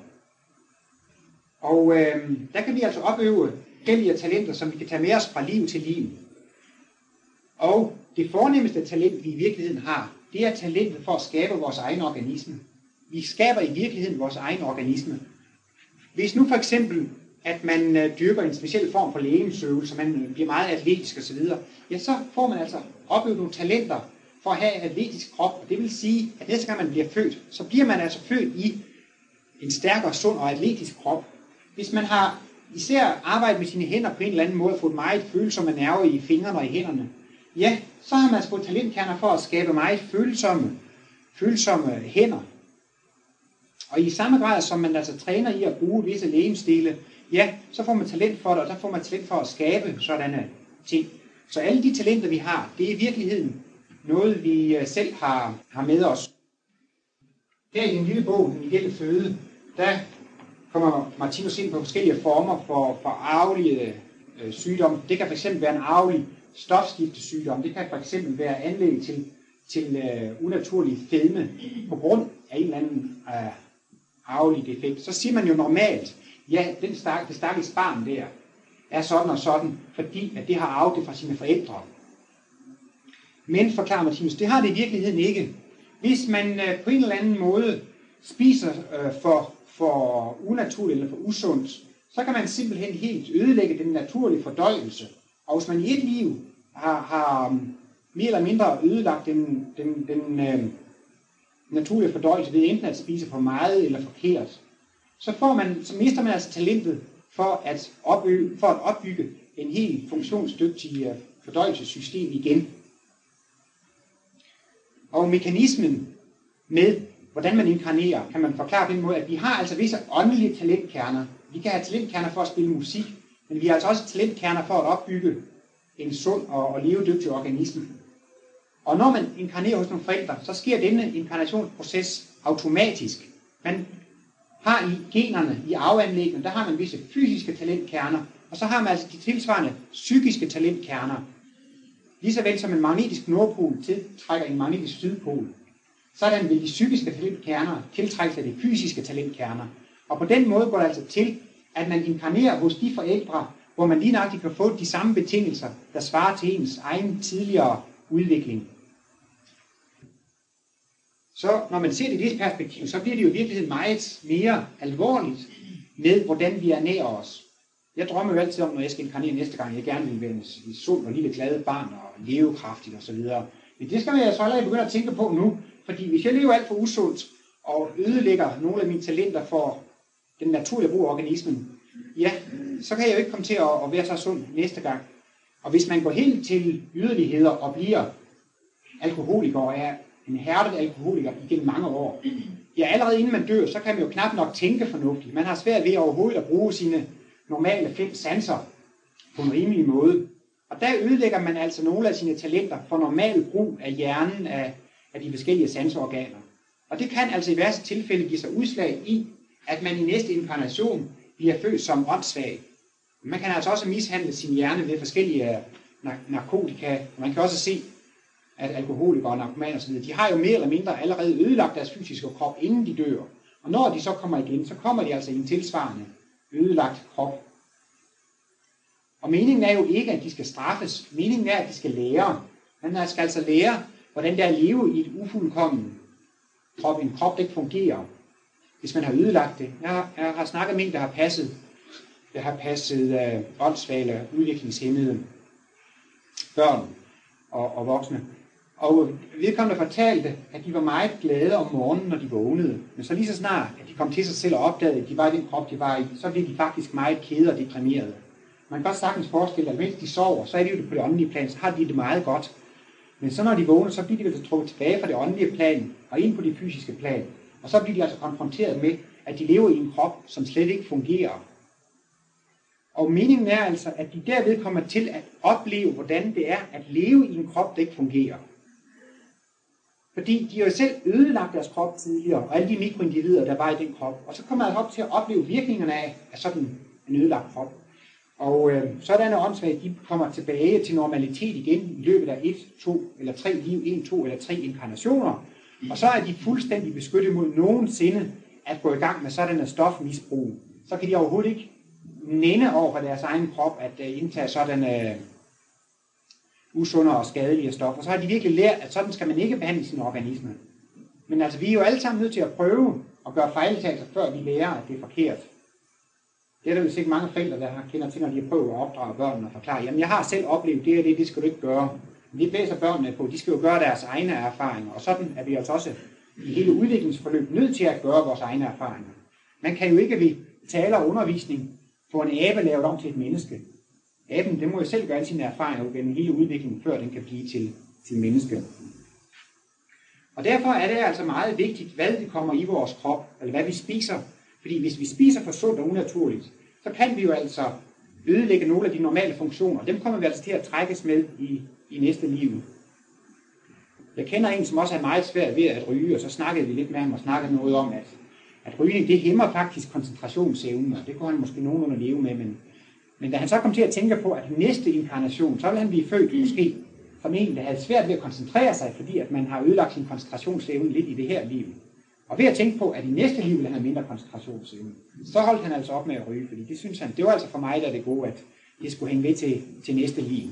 Og der kan vi altså opøve forskellige talenter, som vi kan tage med os fra liv til liv. Og det fornemmeste talent, vi i virkeligheden har, det er talentet for at skabe vores egen organisme. Vi skaber i virkeligheden vores egen organisme. Hvis nu for eksempel, at man dyrker en speciel form for legemsøvelse, man bliver meget atletisk osv., ja, så får man altså opøvet nogle talenter for at have en atletisk krop. Og det vil sige, at næste gang man bliver født, så bliver man altså født i en stærkere, sund og atletisk krop. Hvis man har især arbejdet med sine hænder på en eller anden måde, fået meget følsomme nerver i fingrene og i hænderne, ja, så har man altså fået talentkerner for at skabe meget følsomme hænder. Og i samme grad, som man altså træner i at bruge visse legemsdele, ja, så får man talent for det, og der får man talent for at skabe sådanne ting. Så alle de talenter, vi har, det er i virkeligheden noget, vi selv har med os. Her i den lille bog, Den ideelle føde, der kommer Martinus ind på forskellige former for arvelige sygdomme. Det kan fx være en arvelig stofskiftesygdom. Det kan fx være anlæg til unaturlig fedme på grund af en eller anden arvelig defekt. Så siger man jo normalt, ja, det stakkels barn der er sådan og sådan, fordi at det har arvet det fra sine forældre. Men, forklarer Martinus, det har det i virkeligheden ikke. Hvis man på en eller anden måde spiser for unaturligt eller for usundt, så kan man simpelthen helt ødelægge den naturlige fordøjelse. Og hvis man i et liv har mere eller mindre ødelagt den naturlige fordøjelse ved enten at spise for meget eller forkert, så mister man altså talentet for at opbygge en helt funktionsdygtig fordøjelsessystem igen. Og mekanismen med, hvordan man inkarnerer, kan man forklare på den måde, at vi har altså visse åndelige talentkerner. Vi kan have talentkerner for at spille musik, men vi har altså også talentkerner for at opbygge en sund og levedygtig organisme. Og når man inkarnerer hos nogle forældre, så sker denne inkarnationsproces automatisk. Man har i generne, i arveanlæggene, der har man visse fysiske talentkerner, og så har man altså de tilsvarende psykiske talentkerner. Ligesåvel som en magnetisk nordpol tiltrækker en magnetisk sydpol, sådan vil de psykiske talentkerner tiltrække sig de fysiske talentkerner. Og på den måde går det altså til, at man inkarnerer hos de forældre, hvor man lige nøjagtigt kan få de samme betingelser, der svarer til ens egen tidligere udvikling. Så når man ser det i det perspektiv, så bliver det jo i virkeligheden meget mere alvorligt med, hvordan vi ernærer os. Jeg drømmer jo altid om, når jeg skal inkarnere næste gang, jeg gerne vil være en sund og lille glad barn og levekraftigt osv. Men det skal jeg så allerede begynde at tænke på nu, fordi hvis jeg lever alt for usundt og ødelægger nogle af mine talenter for den naturlige brug af organismen, ja, så kan jeg jo ikke komme til at være så sund næste gang. Og hvis man går helt til yderligheder og bliver alkoholiker og er en hærdet alkoholiker igennem mange år, ja, allerede inden man dør, så kan man jo knap nok tænke fornuftigt. Man har svært ved overhovedet at bruge sine normale 5 sanser på en rimelig måde. Og der ødelægger man altså nogle af sine talenter for normal brug af hjernen af de forskellige sanseorganer. Og det kan altså i værste tilfælde give sig udslag i, at man i næste inkarnation bliver født som åndssvag. Man kan altså også mishandle sin hjerne ved forskellige narkotika. Man kan også se, at alkoholikere og narkomaner osv., de har jo mere eller mindre allerede ødelagt deres fysiske krop, inden de dør. Og når de så kommer igen, så kommer de altså i en tilsvarende ødelagt krop. Og meningen er jo ikke, at de skal straffes. Meningen er, at de skal lære. Man skal altså lære, hvordan det er at leve i et ufuldkommen krop, en krop, der ikke fungerer. hvis man har ødelagt det. Jeg har snakket med en, der har passet åndssvage, udviklingshæmmede børn og voksne. Og vedkommende fortalte, at de var meget glade om morgenen, når de vågnede. Men så lige så snart, at de kom til sig selv og opdagede, at de var i den krop, de var i, så blev de faktisk meget kede og deprimerede. Man kan godt sagtens forestille, at mens de sover, så er de jo på det åndelige plan, så har de det meget godt. Men så når de vågner, så bliver de vel trukket tilbage fra det åndelige plan og ind på det fysiske plan. Og så bliver de altså konfronteret med, at de lever i en krop, som slet ikke fungerer. Og meningen er altså, at de derved kommer til at opleve, hvordan det er at leve i en krop, der ikke fungerer. Fordi de har jo selv ødelagt deres krop tidligere, og alle de mikroindivider, der var i den krop. Og så kommer man op til at opleve virkningerne af sådan en ødelagt krop. Og sådanne åndssvage, de kommer tilbage til normalitet igen i løbet af 1, 2 eller 3 liv, 1, 2 eller 3 inkarnationer. Og så er de fuldstændig beskyttet mod nogensinde at gå i gang med sådan et stofmisbrug. Så kan de overhovedet ikke nænde over for deres egen krop at indtage sådan usunde og skadelige stoffer. Så har de virkelig lært, at sådan skal man ikke behandle sin organisme. Men altså, vi er jo alle sammen nødt til at prøve at gøre fejltagelser, før vi lærer, at det er forkert. Det er der jo sikkert mange forældre, der kender til, når de prøver at opdrage børnene og forklare, jamen jeg har selv oplevet det og det skal du ikke gøre. Men det blæser børnene på, de skal jo gøre deres egne erfaringer, og sådan er vi altså også i hele udviklingsforløb nødt til at gøre vores egne erfaringer. Man kan jo ikke ved tale og undervisning få en abe lavet om til et menneske. Aben, den må jo selv gøre alle sine erfaringer gennem hele udviklingen, før den kan blive til menneske. Og derfor er det altså meget vigtigt, hvad det kommer i vores krop, eller hvad vi spiser. Fordi hvis vi spiser for sundt og unaturligt, så kan vi jo altså ødelægge nogle af de normale funktioner. Dem kommer vi altså til at trækkes med i næste liv. Jeg kender en, som også er meget svær ved at ryge, og så snakkede vi lidt med ham og snakkede noget om, at rygning, det hæmmer faktisk koncentrationsevnen, og det kunne han måske nogenlunde leve med. Men da han så kom til at tænke på, at næste inkarnation, så ville han blive født måske som en, der havde svært ved at koncentrere sig, fordi at man har ødelagt sin koncentrationsevne lidt i det her liv. Og ved at tænke på, at i næste liv vil han have mindre koncentrationsevne, så holdt han altså op med at ryge, fordi det synes han, det var altså for mig, der er det gode, at det skulle hænge ved til næste liv.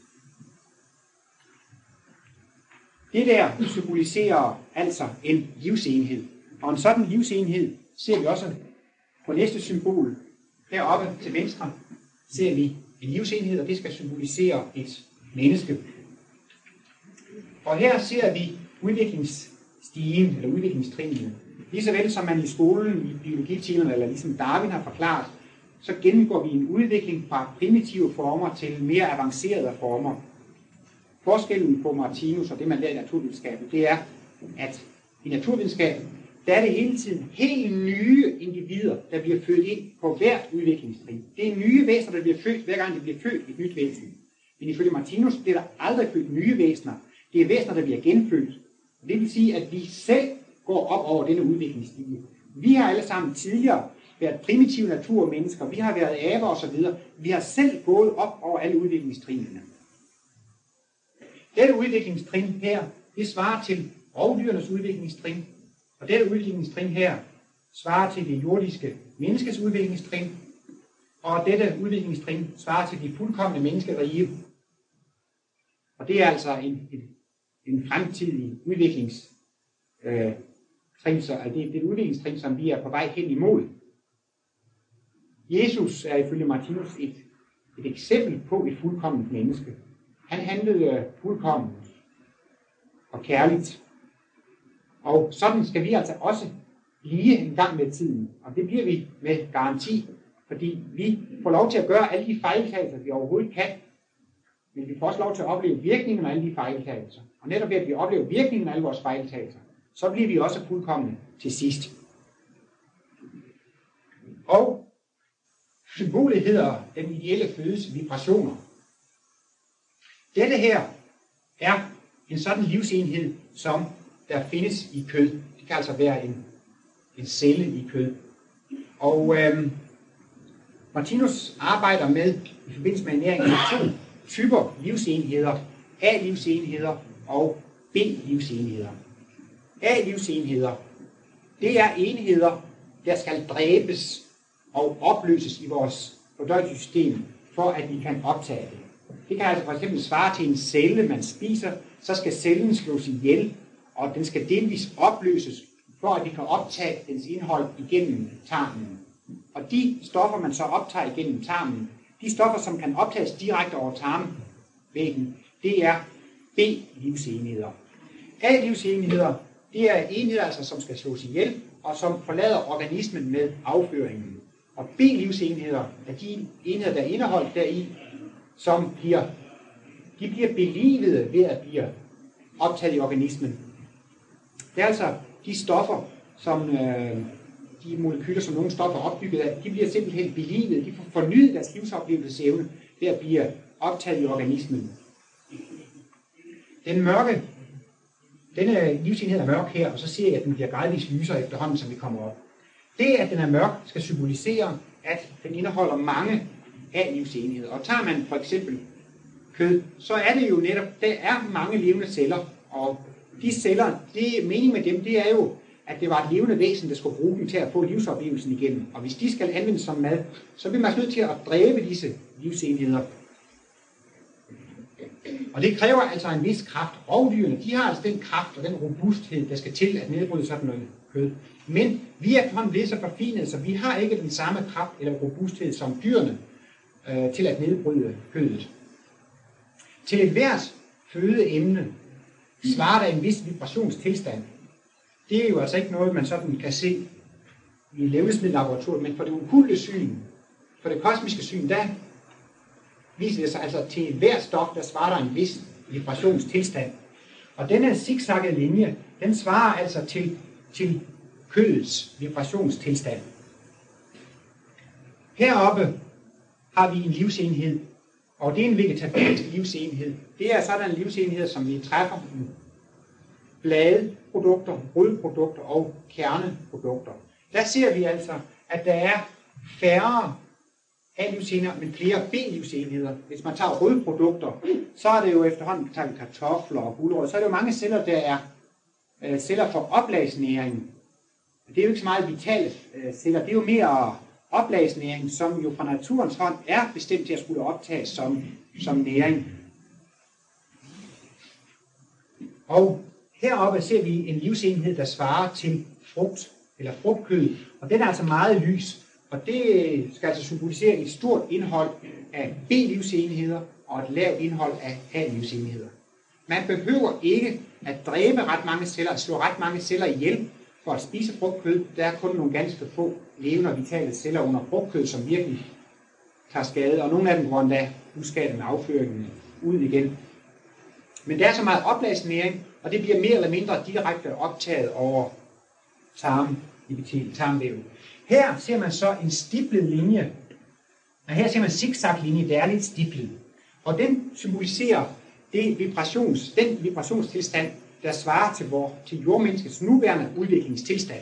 Det der symboliserer altså en livsenhed. Og en sådan livsenhed ser vi også på næste symbol. Heroppe til venstre ser vi en livsenhed, og det skal symbolisere et menneske. Og her ser vi udviklingsstigen, eller udviklingstrinene. Ligesåvel som man i skolen, i biologitimerne, eller ligesom Darwin har forklaret, så gennemgår vi en udvikling fra primitive former til mere avancerede former. Forskellen på Martinus og det, man lærer i naturvidenskaben, det er, at i naturvidenskaben, der er det hele tiden helt nye individer, der bliver født ind på hvert udviklingstrin. Det er nye væsener, der bliver født, hver gang de bliver født et nyt væsen. Men ifølge Martinus bliver der aldrig født nye væsener. Det er væsener, der bliver genfødt. Det vil sige, at vi selv går op over denne udviklingsstige. Vi har alle sammen tidligere været primitive naturmennesker, vi har været aber osv. Vi har selv gået op over alle udviklingstrinene. Dette udviklingstrin her, det svarer til rovdyrenes udviklingstrin, og dette udviklingstrin her svarer til det jordiske menneskes udviklingstrin, og dette udviklingstrin svarer til de fuldkomne menneskerige. Og det er altså en fremtidig udviklingstrin, så det er et udviklingstrin, som vi er på vej hen imod. Jesus er ifølge Martinus et eksempel på et fuldkomment menneske. Han handlede fuldkomment og kærligt. Og sådan skal vi altså også blive en gang med tiden. Og det bliver vi med garanti, fordi vi får lov til at gøre alle de fejltagelser, vi overhovedet kan. Men vi får også lov til at opleve virkningen af alle de fejltagelser. Og netop ved at vi oplever virkningen af alle vores fejltagelser, så bliver vi også fuldkomne til sidst. Og symbolet hedder den ideelle fødes vibrationer. Dette her er en sådan livsenhed, som der findes i kød. Det kan altså være en celle i kød. Og Martinus arbejder med, i forbindelse med ernæring, med 2 typer livsenheder. A-livsenheder og B-livsenheder. A-livsenheder, det er enheder, der skal dræbes og opløses i vores fordøjelsessystem, for at vi kan optage det. Det kan altså for eksempel svare til en celle, man spiser, så skal cellen slås ihjel, og den skal delvis opløses, for at vi kan optage dens indhold igennem tarmen. Og de stoffer, man så optager igennem tarmen, de stoffer, som kan optages direkte over tarmvæggen, det er B-livsenheder. A-livsenheder, det er enheder, altså, som skal slås ihjel, og som forlader organismen med afføringen. Og B-livsenheder er de enheder, der er indeholdt deri, som bliver belivede ved at blive optaget i organismen. Det er altså de stoffer, som de molekyler, som nogle stoffer er opbygget af, de bliver simpelthen belivet, de får fornyet deres livsoplevelsesevne ved at blive optaget i organismen. Denne livsenhed er mørk her, og så ser jeg, at den bliver gradvist lysere efterhånden, som vi kommer op. Det, at den er mørk, skal symbolisere, at den indeholder mange A-livsenheder. Og tager man for eksempel kød, så er det jo netop, der er mange levende celler, og de celler, meningen med dem, det er jo, at det var et levende væsen, der skulle bruge dem til at få livsoplevelsen igennem. Og hvis de skal anvendes som mad, så bliver man nødt til at dræbe disse livsenheder. Og det kræver altså en vis kraft. Rovdyrene, de har altså den kraft og den robusthed, der skal til at nedbryde sådan noget kød. Men vi er efterhånden blevet så forfinet, så vi har ikke den samme kraft eller robusthed som dyrene til at nedbryde kødet. Til et hvert fødeemne svarer der en vis vibrationstilstand. Det er jo altså ikke noget, man sådan kan se i levnedsmiddellaboratoriet, men for det okkulte syn, for det kosmiske syn, der viser det sig altså til hvert stof, der svarer der en vis vibrationstilstand. Og denne zigzaggede linje, den svarer altså til kødets vibrationstilstand. Heroppe har vi en livsenhed, og det er en vegetabilsk livsenhed. Det er sådan en livsenhed, som vi træffer i bladeprodukter, rodprodukter og kerneprodukter. Der ser vi altså, at der er færre A-livsenheder, men flere B-livsenheder. Hvis man tager rodprodukter, så er det jo efterhånden, tager vi kartofler og gulerod, så er det jo mange celler, der er celler for oplagsnæring. Det er jo ikke så meget vitale celler, det er jo mere oplagsnæring, som jo fra naturens hånd er bestemt til at skulle optages som næring. Og heroppe ser vi en livsenhed, der svarer til frugt eller frugtkød, og den er altså meget lys, og det skal altså symbolisere et stort indhold af B-livsenheder og et lavt indhold af A-livsenheder. Man behøver ikke at dræbe ret mange celler, at slå ret mange celler ihjel for at spise frugtkød. Der er kun nogle ganske få levende og vitale celler under frugtkød, som virkelig tager skade, og nogle af dem går endda uskadet med afføringen ud igen. Men der er så meget oplagsnæring, og det bliver mere eller mindre direkte optaget over tarmvævet. Her ser man så en stiplet linje, og her ser man en zigzag-linje, der er lidt stiplet. Og den symboliserer den vibrationstilstand, der svarer til jordmenneskets nuværende udviklingstilstand.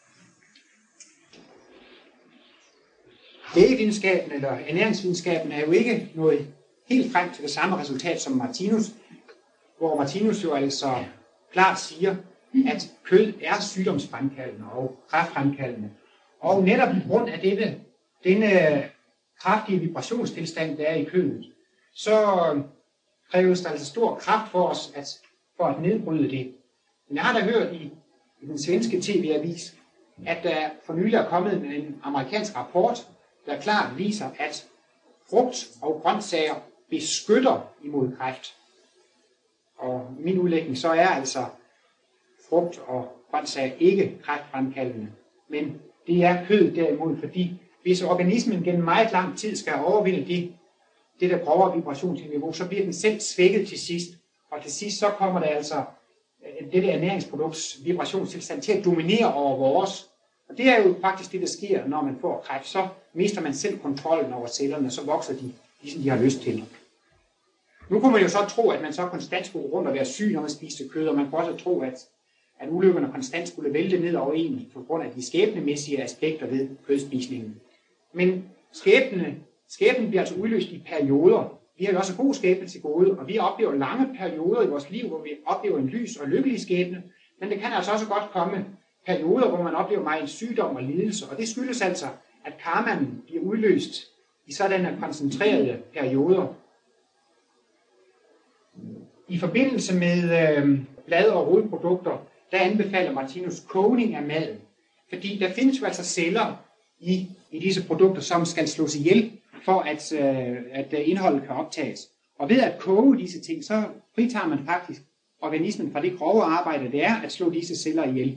Lægevidenskaben eller ernæringsvidenskaben er jo ikke nået helt frem til det samme resultat som Martinus, hvor Martinus jo altså klart siger, at kød er sygdomsfremkaldende og kræftfremkaldende. Og netop på grund af denne kraftige vibrationstilstand, der er i kødet, så kræves der altså stor kraft for os for at nedbryde det. Men jeg har da hørt i den svenske tv-avis, at der for nylig er kommet en amerikansk rapport, der klart viser, at frugt og grøntsager beskytter imod kræft. Og i min udlægning så er altså frugt og grøntsager ikke kræftfremkaldende, men det er kød derimod, fordi hvis organismen gennem meget lang tid skal overvinde det der grovere vibrationsniveau, så bliver den selv svækket til sidst. Og til sidst så kommer der altså dette ernæringsprodukts vibrationstilstand til at dominere over vores. Og det er jo faktisk det, der sker, når man får kræft. Så mister man selv kontrollen over cellerne, og så vokser de, ligesom de har lyst til. Nu kunne man jo så tro, at man så konstant skulle rundt og være syg, når man spiste kød, og man kunne også tro, at ulykkerne konstant skulle vælte ned over en, på grund af de skæbnemæssige aspekter ved kødspisningen. Men skæbnen bliver altså udløst i perioder. Vi har jo også god skæbne til gode, og vi oplever lange perioder i vores liv, hvor vi oplever en lys og lykkelig skæbne. Men det kan altså også godt komme perioder, hvor man oplever meget sygdom og lidelse, og det skyldes altså, at karmaen bliver udløst i sådanne koncentrerede perioder. I forbindelse med blad- og rodprodukter, der anbefaler Martinus kogning af maden. Fordi der findes jo altså celler i disse produkter, som skal slås ihjel, for at indholdet kan optages. Og ved at koge disse ting, så fritager man faktisk organismen fra det grove arbejde, det er at slå disse celler ihjel.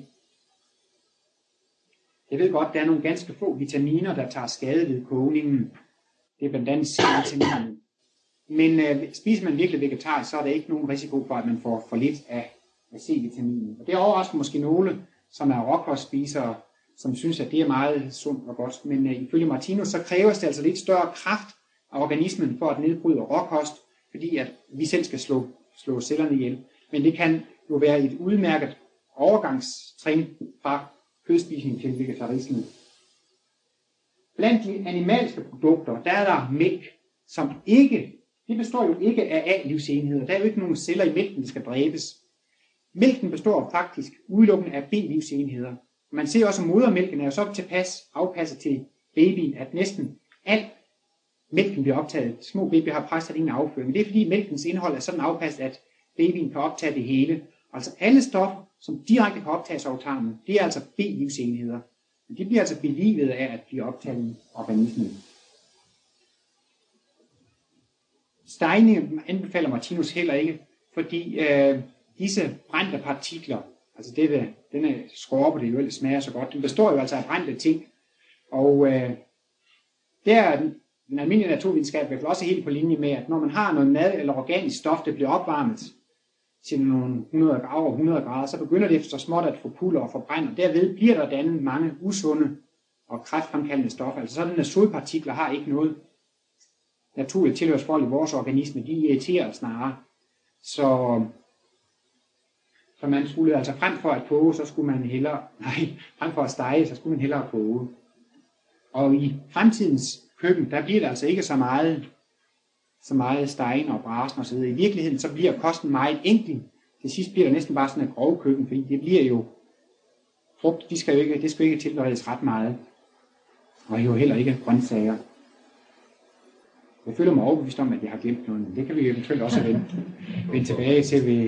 Jeg ved godt, der er nogle ganske få vitaminer, der tager skade ved kogningen. Det er blandt andet C-vitaminen. Men spiser man virkelig vegetarisk, så er der ikke nogen risiko for, at man får for lidt af C-vitaminen. Og det overrasker måske nogle, som er råkostspisere, som synes, at det er meget sundt og godt. Men ifølge Martinus, så kræves det altså lidt større kraft af organismen for at nedbryde råkost, fordi at vi selv skal slå cellerne ihjel. Men det kan jo være et udmærket overgangstrin fra kødspisning til vegetarisme. Blandt de animalske produkter, der er der mælk, som det består jo ikke af A-livsenheder. Der er jo ikke nogen celler i mælken, der skal dræbes. Mælken består faktisk udelukkende af B-livsenheder. Man ser også, at modermælken er jo så tilpas afpasset til babyen, at næsten alt mælken bliver optaget. Små babyer har praktisk ingen afføring. Men det er fordi mælkens indhold er sådan afpasset, at babyen kan optage det hele. Altså alle stoffer, som direkte kan optages af tarmen, det er altså B-livsenheder. Men de bliver altså belivet af at blive optaget i organismen. Stegning anbefaler Martinus heller ikke, fordi disse brændte partikler, altså denne skorpe, det jo ellers smager så godt, den består jo altså af brændte ting. Og der er den almindelige naturvidenskab er også helt på linje med, at når man har noget mad eller organisk stof, der bliver opvarmet til nogle 100 grader, så begynder det efter småt at forpulre og forbrænde. Derved bliver der dannet mange usunde og kræftfremkaldende stoffer. Altså sådanne sodpartikler har ikke noget naturligt tilhørsforhold i vores organisme. De irriterer snarere. Så man skulle altså frem for at koge, så skulle man frem for at stege, så skulle man hellere koge. Og i fremtidens køkken, der bliver der altså ikke så meget stegen og brasen og så videre. I virkeligheden så bliver kosten meget enkel. Til sidst bliver der næsten bare sådan et grov køkken, fordi det bliver jo frugt, det skal jo ikke tilberedes ret meget. Og jo heller ikke grøntsager. Jeg føler mig overbevist om, at jeg har glemt noget, men det kan vi eventuelt også vende tilbage til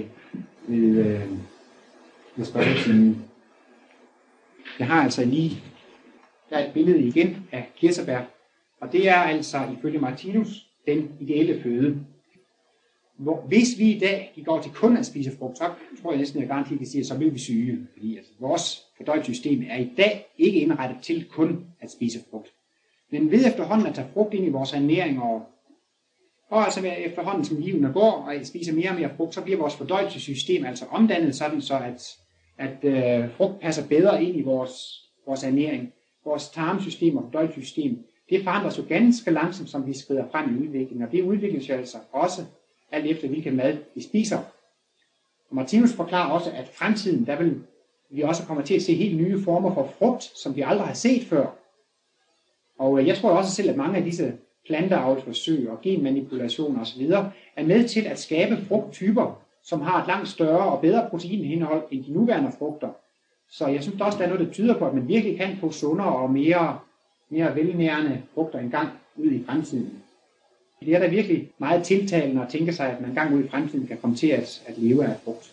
ved spørgetiden. Jeg har altså der er et billede igen af kirsebær, og det er altså ifølge Martinus den ideelle føde. Hvis vi i dag går til kun at spise frugt, så tror jeg næsten, at jeg garanterer kan sige, at så vil vi syge. Fordi altså, vores fordøjelsessystem er i dag ikke indrettet til kun at spise frugt. Men ved efterhånden at tage frugt ind i vores ernæring, og altså efterhånden som livene går, og spiser mere og mere frugt, så bliver vores fordøjelsessystem altså omdannet sådan, så at frugt passer bedre ind i vores ernæring. Vores tarmsystem og fordøjelsessystem, det forandres jo ganske langsomt, som vi skrider frem i udviklingen, og det udvikles jo altså også alt efter hvilken mad vi spiser. Og Martinus forklarer også, at fremtiden, der vil vi også kommer til at se helt nye former for frugt, som vi aldrig har set før. Og jeg tror også selv, at mange af disse planteavlsforsøg og genmanipulationer osv. er med til at skabe frugttyper, som har et langt større og bedre proteinindhold end de nuværende frugter. Så jeg synes også, der er noget, der tyder på, at man virkelig kan få sundere og mere velnærende frugter engang ud i fremtiden. Det er da virkelig meget tiltalende at tænke sig, at man engang ud i fremtiden kan komme til at leve af frugt.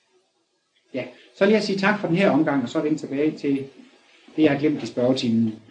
Ja, så vil jeg sige tak for den her omgang, og så vende tilbage til det, jeg har glemt i spørgetimen.